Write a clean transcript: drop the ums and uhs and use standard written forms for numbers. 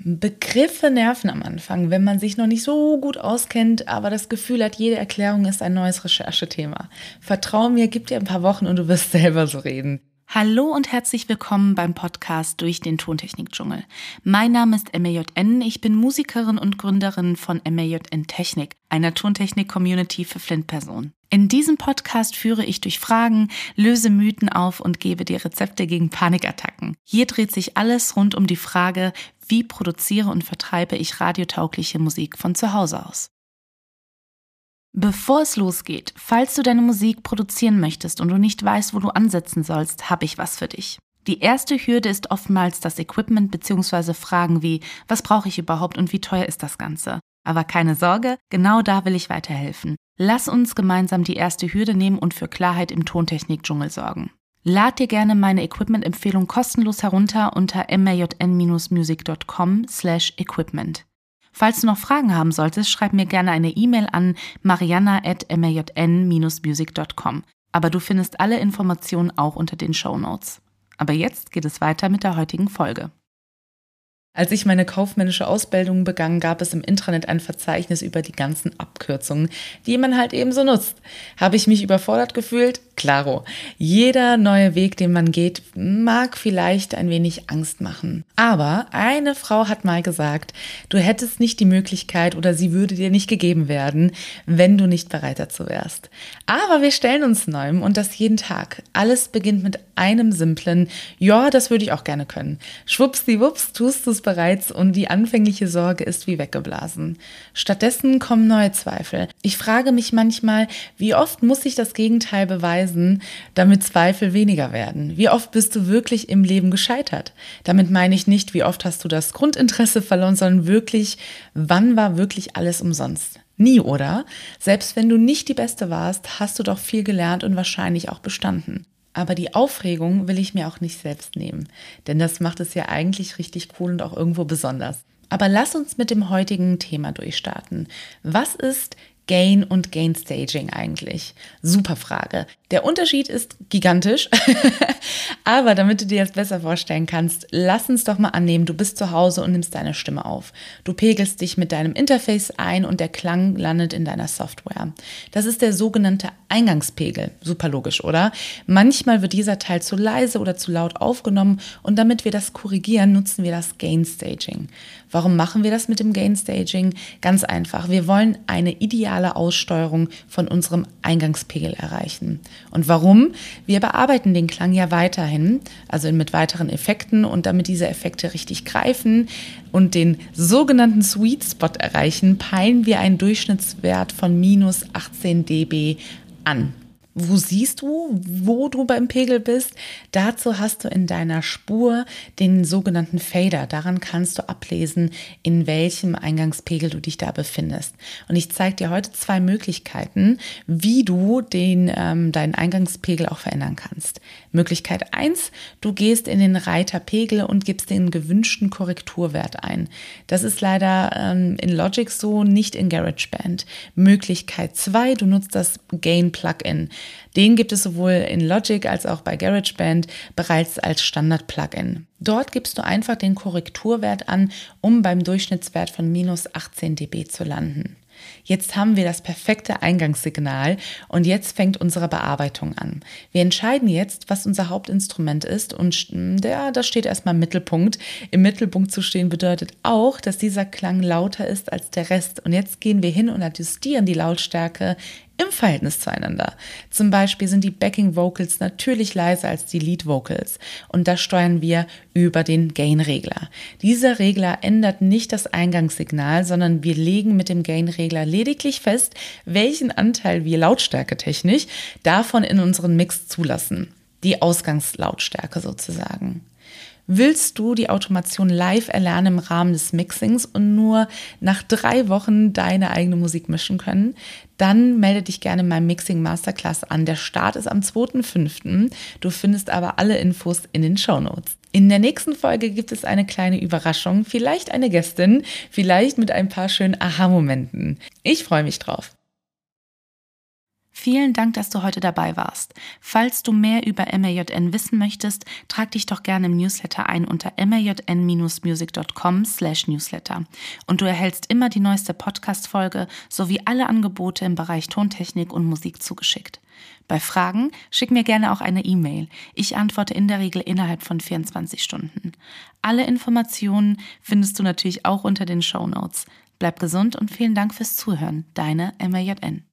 Begriffe nerven am Anfang, wenn man sich noch nicht so gut auskennt, aber das Gefühl hat, jede Erklärung ist ein neues Recherchethema. Vertrau mir, gib dir ein paar Wochen und du wirst selber so reden. Hallo und herzlich willkommen beim Podcast Durch den Tontechnik-Dschungel. Mein Name ist MAJN, ich bin Musikerin und Gründerin von MAJN Technik, einer Tontechnik-Community für Flint-Personen. In diesem Podcast führe ich durch Fragen, löse Mythen auf und gebe dir Rezepte gegen Panikattacken. Hier dreht sich alles rund um die Frage, wie produziere und vertreibe ich radiotaugliche Musik von zu Hause aus. Bevor es losgeht, falls du deine Musik produzieren möchtest und du nicht weißt, wo du ansetzen sollst, habe ich was für dich. Die erste Hürde ist oftmals das Equipment bzw. Fragen wie, was brauche ich überhaupt und wie teuer ist das Ganze? Aber keine Sorge, genau da will ich weiterhelfen. Lass uns gemeinsam die erste Hürde nehmen und für Klarheit im Tontechnik-Dschungel sorgen. Lad dir gerne meine Equipment-Empfehlung kostenlos herunter unter majn-music.com/equipment. Falls du noch Fragen haben solltest, schreib mir gerne eine E-Mail an mariana@majn-music.com. Aber du findest alle Informationen auch unter den Shownotes. Aber jetzt geht es weiter mit der heutigen Folge. Als ich meine kaufmännische Ausbildung begann, gab es im Intranet ein Verzeichnis über die ganzen Abkürzungen, die man halt eben so nutzt. Habe ich mich überfordert gefühlt? Klaro. Jeder neue Weg, den man geht, mag vielleicht ein wenig Angst machen. Aber eine Frau hat mal gesagt, du hättest nicht die Möglichkeit oder sie würde dir nicht gegeben werden, wenn du nicht bereit dazu wärst. Aber wir stellen uns neuem und das jeden Tag. Alles beginnt mit einem simplen, ja, das würde ich auch gerne können. Schwuppsdiwupps, tust du es bereits und die anfängliche Sorge ist wie weggeblasen. Stattdessen kommen neue Zweifel. Ich frage mich manchmal, wie oft muss ich das Gegenteil beweisen, damit Zweifel weniger werden? Wie oft bist du wirklich im Leben gescheitert? Damit meine ich nicht, wie oft hast du das Grundinteresse verloren, sondern wirklich, wann war wirklich alles umsonst? Nie, oder? Selbst wenn du nicht die Beste warst, hast du doch viel gelernt und wahrscheinlich auch bestanden. Aber die Aufregung will ich mir auch nicht selbst nehmen, denn das macht es ja eigentlich richtig cool und auch irgendwo besonders. Aber lass uns mit dem heutigen Thema durchstarten. Was ist Gain und Gain Staging eigentlich? Super Frage. Der Unterschied ist gigantisch, aber damit du dir das besser vorstellen kannst, lass uns doch mal annehmen, du bist zu Hause und nimmst deine Stimme auf. Du pegelst dich mit deinem Interface ein und der Klang landet in deiner Software. Das ist der sogenannte Eingangspegel. Super logisch, oder? Manchmal wird dieser Teil zu leise oder zu laut aufgenommen und damit wir das korrigieren, nutzen wir das Gain Staging. Warum machen wir das mit dem Gain Staging? Ganz einfach. Wir wollen eine ideale Aussteuerung von unserem Eingangspegel erreichen. Und warum? Wir bearbeiten den Klang ja weiterhin, also mit weiteren Effekten, und damit diese Effekte richtig greifen und den sogenannten Sweet Spot erreichen, peilen wir einen Durchschnittswert von minus 18 dB an. Wo siehst du, wo du beim Pegel bist? Dazu hast du in deiner Spur den sogenannten Fader. Daran kannst du ablesen, in welchem Eingangspegel du dich da befindest. Und ich zeige dir heute 2 Möglichkeiten, wie du deinen Eingangspegel auch verändern kannst. Möglichkeit 1, du gehst in den Reiter Pegel und gibst den gewünschten Korrekturwert ein. Das ist leider in Logic so, nicht in GarageBand. Möglichkeit 2, du nutzt das Gain-Plugin. Den gibt es sowohl in Logic als auch bei GarageBand bereits als Standard-Plugin. Dort gibst du einfach den Korrekturwert an, um beim Durchschnittswert von minus 18 dB zu landen. Jetzt haben wir das perfekte Eingangssignal und jetzt fängt unsere Bearbeitung an. Wir entscheiden jetzt, was unser Hauptinstrument ist und das steht erstmal im Mittelpunkt. Im Mittelpunkt zu stehen bedeutet auch, dass dieser Klang lauter ist als der Rest. Und jetzt gehen wir hin und adjustieren die Lautstärke im Verhältnis zueinander. Zum Beispiel sind die Backing Vocals natürlich leiser als die Lead Vocals und das steuern wir über den Gain-Regler. Dieser Regler ändert nicht das Eingangssignal, sondern wir legen mit dem Gain-Regler lediglich fest, welchen Anteil wir lautstärketechnisch davon in unseren Mix zulassen. Die Ausgangslautstärke sozusagen. Willst du die Automation live erlernen im Rahmen des Mixings und nur nach 3 Wochen deine eigene Musik mischen können? Dann melde dich gerne in meinem Mixing Masterclass an. Der Start ist am 2.5. Du findest aber alle Infos in den Shownotes. In der nächsten Folge gibt es eine kleine Überraschung, vielleicht eine Gästin, vielleicht mit ein paar schönen Aha-Momenten. Ich freue mich drauf. Vielen Dank, dass du heute dabei warst. Falls du mehr über MAJN wissen möchtest, trag dich doch gerne im Newsletter ein unter majn-music.com/newsletter. Und du erhältst immer die neueste Podcast-Folge sowie alle Angebote im Bereich Tontechnik und Musik zugeschickt. Bei Fragen schick mir gerne auch eine E-Mail. Ich antworte in der Regel innerhalb von 24 Stunden. Alle Informationen findest du natürlich auch unter den Shownotes. Bleib gesund und vielen Dank fürs Zuhören. Deine MAJN.